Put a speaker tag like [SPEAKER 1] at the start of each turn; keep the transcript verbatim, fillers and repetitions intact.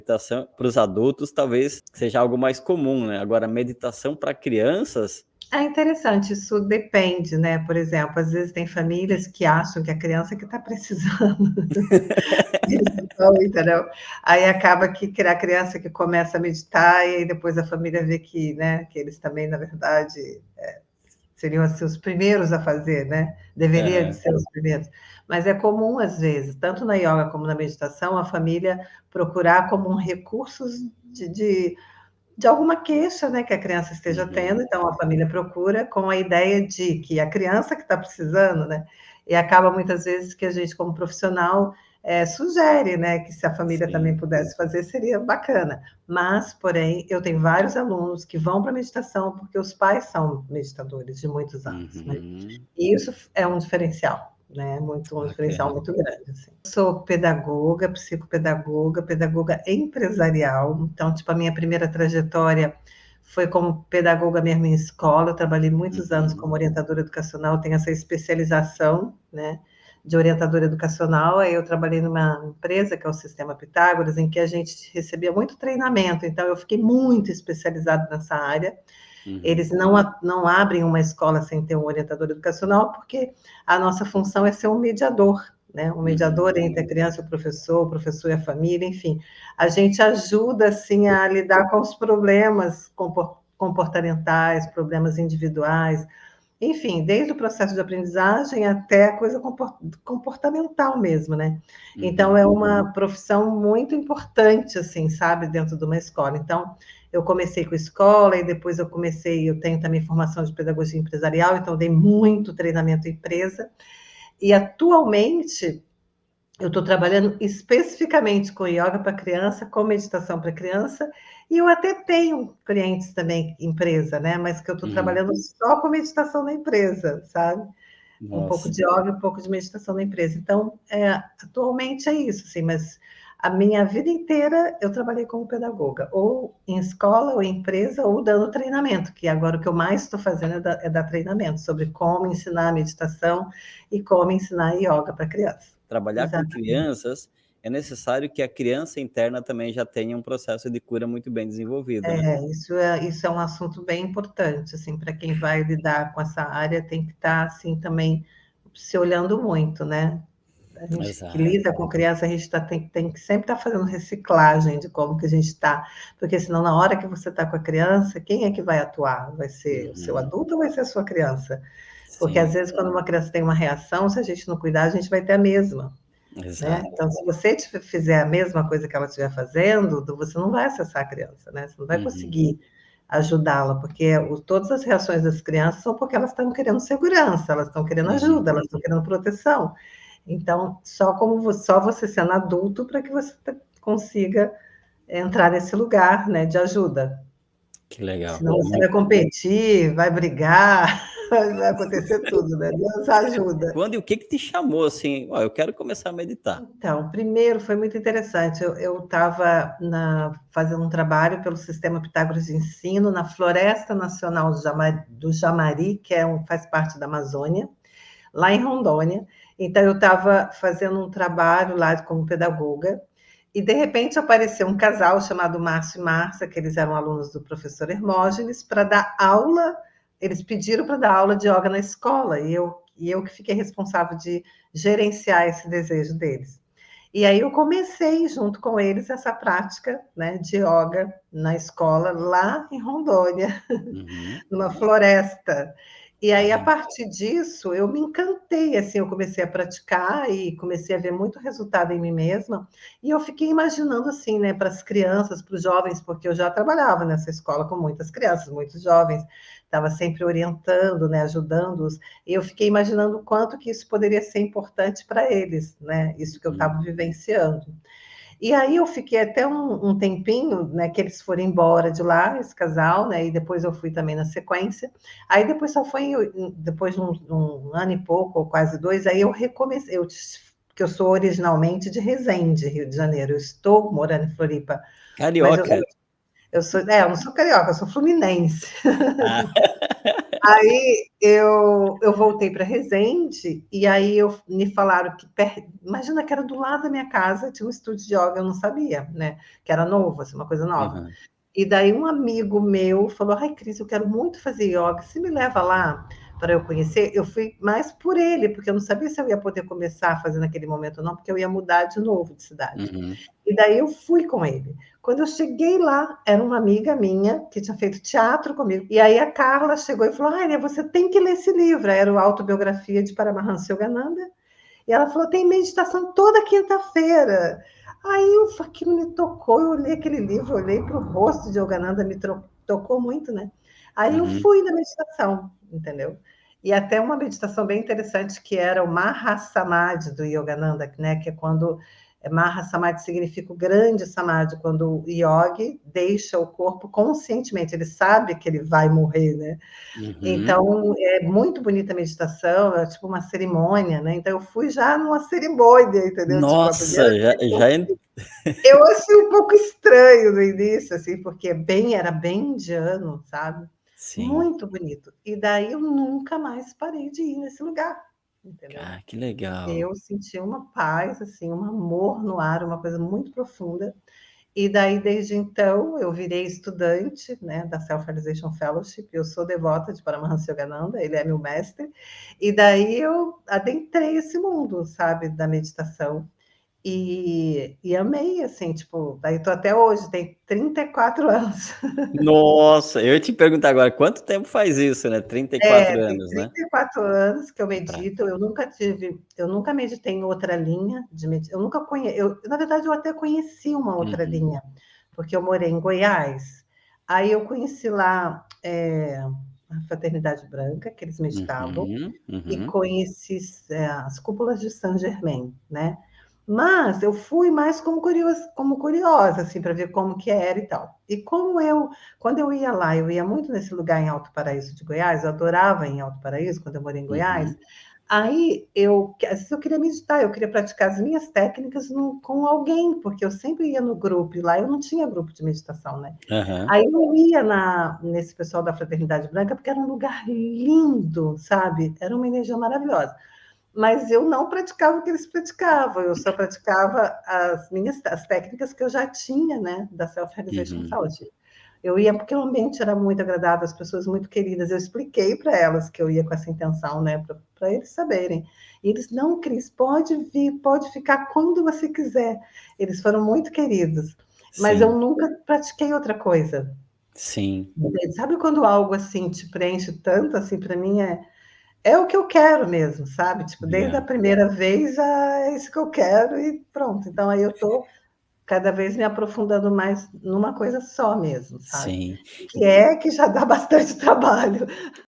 [SPEAKER 1] meditação para os adultos talvez seja algo mais comum, né? Agora, meditação para crianças...
[SPEAKER 2] É interessante, isso depende, né? Por exemplo, às vezes tem famílias que acham que a criança que está precisando. Entendeu? Aí acaba que a criança que começa a meditar e aí depois a família vê que, né, que eles também, na verdade, é, seriam assim, os primeiros a fazer, né? Deveria
[SPEAKER 1] Uhum.
[SPEAKER 2] ser os primeiros. Mas é comum, às vezes, tanto na yoga como na meditação, a família procurar como um recurso de, de de alguma queixa, né, que a criança esteja
[SPEAKER 1] Uhum.
[SPEAKER 2] tendo, então a família procura com a ideia de que a criança que está precisando, né, e acaba muitas vezes que a gente, como profissional, é, sugere, né, que se a família
[SPEAKER 1] Sim.
[SPEAKER 2] também pudesse fazer, seria bacana. Mas, porém, eu tenho vários alunos que vão para a meditação porque os pais são meditadores de muitos anos, né?
[SPEAKER 1] Uhum.
[SPEAKER 2] E isso é um diferencial, né? Muito, um diferencial muito grande, assim. Sou pedagoga, psicopedagoga, pedagoga empresarial. Então, tipo, a minha primeira trajetória foi como pedagoga mesmo em escola. Eu trabalhei muitos
[SPEAKER 1] Uhum.
[SPEAKER 2] anos como orientadora educacional, tenho essa especialização, né, de orientadora educacional. Aí eu trabalhei numa empresa que é o Sistema Pitágoras, em que a gente recebia muito treinamento. Então, eu fiquei muito especializada nessa área.
[SPEAKER 1] Uhum.
[SPEAKER 2] Eles não, não abrem uma escola sem ter um orientador educacional, porque a nossa função é ser um mediador, né? Um mediador
[SPEAKER 1] Uhum.
[SPEAKER 2] entre a criança e o professor, o professor e a família, enfim. A gente ajuda, assim, a lidar com os problemas comportamentais, problemas individuais, enfim, desde o processo de aprendizagem até a coisa comportamental mesmo, né?
[SPEAKER 1] Uhum.
[SPEAKER 2] Então, é uma profissão muito importante, assim, sabe, dentro de uma escola. Então, eu comecei com escola e depois eu comecei, eu tenho também formação de pedagogia empresarial, então dei muito treinamento em empresa. E atualmente eu estou trabalhando especificamente com yoga para criança, com meditação para criança, e eu até tenho clientes também, empresa, né? Mas que eu estou
[SPEAKER 1] Uhum.
[SPEAKER 2] trabalhando só com meditação na empresa, sabe?
[SPEAKER 1] Nossa.
[SPEAKER 2] Um pouco de yoga e um pouco de meditação na empresa. Então, é, atualmente é isso, assim, mas a minha vida inteira eu trabalhei como pedagoga, ou em escola, ou em empresa, ou dando treinamento, que agora o que eu mais estou fazendo é dar, é dar treinamento sobre como ensinar a meditação e como ensinar yoga para criança.
[SPEAKER 1] Trabalhar
[SPEAKER 2] Exatamente.
[SPEAKER 1] com crianças, é necessário que a criança interna também já tenha um processo de cura muito bem desenvolvido, né?
[SPEAKER 2] É, isso é, isso é um assunto bem importante, assim, para quem vai lidar com essa área, tem que estar, assim, também se olhando muito, né? A gente que
[SPEAKER 1] Exato.
[SPEAKER 2] lida com criança, a gente tá, tem, tem que sempre estar tá fazendo reciclagem de como que a gente está, porque senão na hora que você está com a criança, quem é que vai atuar? Vai ser
[SPEAKER 1] Uhum.
[SPEAKER 2] o seu adulto ou vai ser a sua criança? Porque
[SPEAKER 1] Sim.
[SPEAKER 2] às vezes quando uma criança tem uma reação, se a gente não cuidar, a gente vai ter a mesma. Né? Então, se você fizer a mesma coisa que ela estiver fazendo, você não vai acessar a criança, né? Você não vai
[SPEAKER 1] Uhum.
[SPEAKER 2] conseguir ajudá-la, porque o, todas as reações das crianças são porque elas estão querendo segurança, elas estão querendo ajuda,
[SPEAKER 1] Uhum.
[SPEAKER 2] elas estão querendo proteção. Então, só como você, só você sendo adulto para que você consiga entrar nesse lugar, né, de ajuda.
[SPEAKER 1] Que legal.
[SPEAKER 2] Senão você vai competir, vai brigar, vai acontecer tudo, né? Deus ajuda.
[SPEAKER 1] Quando e o que que te chamou assim? Ó, eu quero começar a meditar.
[SPEAKER 2] Então, primeiro foi muito interessante. Eu estava fazendo um trabalho pelo Sistema Pitágoras de Ensino na Floresta Nacional do Jamari, do Jamari, que é um, faz parte da Amazônia, lá em Rondônia. Então, eu estava fazendo um trabalho lá como pedagoga, e de repente apareceu um casal chamado Márcio e Márcia, que eles eram alunos do professor Hermógenes, para dar aula. Eles pediram para dar aula de yoga na escola, e eu, e eu que fiquei responsável de gerenciar esse desejo deles. E aí eu comecei, junto com eles, essa prática, né, de yoga na escola, lá em Rondônia,
[SPEAKER 1] Uhum.
[SPEAKER 2] numa floresta. E aí, a partir disso, eu me encantei, assim, eu comecei a praticar e comecei a ver muito resultado em mim mesma, e eu fiquei imaginando, assim, né, para as crianças, para os jovens, porque eu já trabalhava nessa escola com muitas crianças, muitos jovens, estava sempre orientando, né, ajudando-os, e eu fiquei imaginando o quanto que isso poderia ser importante para eles, né, isso que eu estava
[SPEAKER 1] Uhum.
[SPEAKER 2] vivenciando. E aí eu fiquei até um, um tempinho, né, que eles foram embora de lá, esse casal, né, e depois eu fui também na sequência. Aí depois só foi, depois de um, um ano e pouco, ou quase dois, aí eu recomecei, eu, que eu sou originalmente de Resende, Rio de Janeiro, eu estou morando em Floripa.
[SPEAKER 1] Carioca.
[SPEAKER 2] Mas eu, eu sou, é, eu não sou carioca, eu sou fluminense.
[SPEAKER 1] Ah.
[SPEAKER 2] Aí eu, eu voltei para Resende, e aí eu, me falaram que, per... imagina que era do lado da minha casa, tinha um estúdio de yoga, eu não sabia, né? Que era novo, assim, uma coisa nova.
[SPEAKER 1] Uhum.
[SPEAKER 2] E daí um amigo meu falou: ai, Cris, eu quero muito fazer yoga, você me leva lá para eu conhecer? Eu fui mais por ele, porque eu não sabia se eu ia poder começar a fazer naquele momento ou não, porque eu ia mudar de novo de cidade.
[SPEAKER 1] Uhum.
[SPEAKER 2] E daí eu fui com ele. Quando eu cheguei lá, era uma amiga minha que tinha feito teatro comigo. E aí a Carla chegou e falou: ai, você tem que ler esse livro. Era o Autobiografia de Paramahansa Yogananda. E ela falou: tem meditação toda quinta-feira. Aí o aquilo me tocou, eu olhei aquele livro, olhei para o rosto de Yogananda, me tocou muito, né? Aí eu
[SPEAKER 1] Uhum.
[SPEAKER 2] fui na meditação, entendeu? E até uma meditação bem interessante, que era o Mahasamadhi do Yogananda, né? Que é quando Mahasamadhi significa o grande samadhi, quando o yogi deixa o corpo conscientemente, ele sabe que ele vai morrer, né?
[SPEAKER 1] Uhum.
[SPEAKER 2] Então, é muito bonita a meditação, é tipo uma cerimônia, né? Então, eu fui já numa cerimônia, entendeu? Tipo, a primeira
[SPEAKER 1] Nossa, já,
[SPEAKER 2] vez que eu
[SPEAKER 1] já...
[SPEAKER 2] fui. Eu achei um pouco estranho no início, assim, porque bem, era bem indiano, sabe?
[SPEAKER 1] Sim.
[SPEAKER 2] Muito bonito. E daí eu nunca mais parei de ir nesse lugar, entendeu?
[SPEAKER 1] Ah, que legal.
[SPEAKER 2] Eu senti uma paz, assim, um amor no ar, uma coisa muito profunda. E daí, desde então, eu virei estudante, né, da Self-Realization Fellowship. Eu sou devota de Paramahansa Yogananda, ele é meu mestre. E daí eu adentrei esse mundo, sabe, da meditação. E, e amei, assim, tipo, daí tô até hoje, tem trinta e quatro anos.
[SPEAKER 1] Nossa, eu ia te perguntar agora, quanto tempo faz isso, né? trinta e
[SPEAKER 2] É,
[SPEAKER 1] quatro
[SPEAKER 2] tem
[SPEAKER 1] anos, né?
[SPEAKER 2] trinta e quatro anos que eu
[SPEAKER 1] De
[SPEAKER 2] medito,
[SPEAKER 1] prática.
[SPEAKER 2] eu nunca tive, eu nunca meditei em outra linha de meditação, eu nunca conheci, eu, na verdade eu até conheci uma outra
[SPEAKER 1] Uhum.
[SPEAKER 2] linha, porque eu morei em Goiás, aí eu conheci lá é, a Fraternidade Branca, que eles meditavam,
[SPEAKER 1] Uhum.
[SPEAKER 2] e
[SPEAKER 1] Uhum.
[SPEAKER 2] conheci é, as cúpulas de Saint Germain, né? Mas eu fui mais como curiosa, como curiosa, assim, para ver como que era e tal. E como eu, quando eu ia lá, eu ia muito nesse lugar em Alto Paraíso de Goiás, eu adorava em Alto Paraíso, quando eu morei em Goiás.
[SPEAKER 1] Uhum.
[SPEAKER 2] Aí eu, às vezes eu queria meditar, eu queria praticar as minhas técnicas no, com alguém, porque eu sempre ia no grupo, e lá eu não tinha grupo de meditação, né?
[SPEAKER 1] Uhum.
[SPEAKER 2] Aí eu ia na, nesse pessoal da Fraternidade Branca, porque era um lugar lindo, sabe? Era uma energia maravilhosa. Mas eu não praticava o que eles praticavam, eu só praticava as minhas as técnicas que eu já tinha, né, da Self-Realization
[SPEAKER 1] Uhum.
[SPEAKER 2] Fellowship. Eu ia porque o ambiente era muito agradável, as pessoas muito queridas. Eu expliquei para elas que eu ia com essa intenção, né, para eles saberem. E eles, não, Cris, pode vir, pode ficar quando você quiser. Eles foram muito queridos. Mas eu
[SPEAKER 1] Sim.
[SPEAKER 2] nunca pratiquei outra coisa.
[SPEAKER 1] Sim.
[SPEAKER 2] Sabe quando algo assim te preenche tanto, assim, para mim é é o que eu quero mesmo, sabe? Tipo, desde a
[SPEAKER 1] Legal.
[SPEAKER 2] primeira vez, ah, é isso que eu quero e pronto. Então aí eu tô cada vez me aprofundando mais numa coisa só mesmo, sabe?
[SPEAKER 1] Sim.
[SPEAKER 2] Que é que já dá bastante trabalho.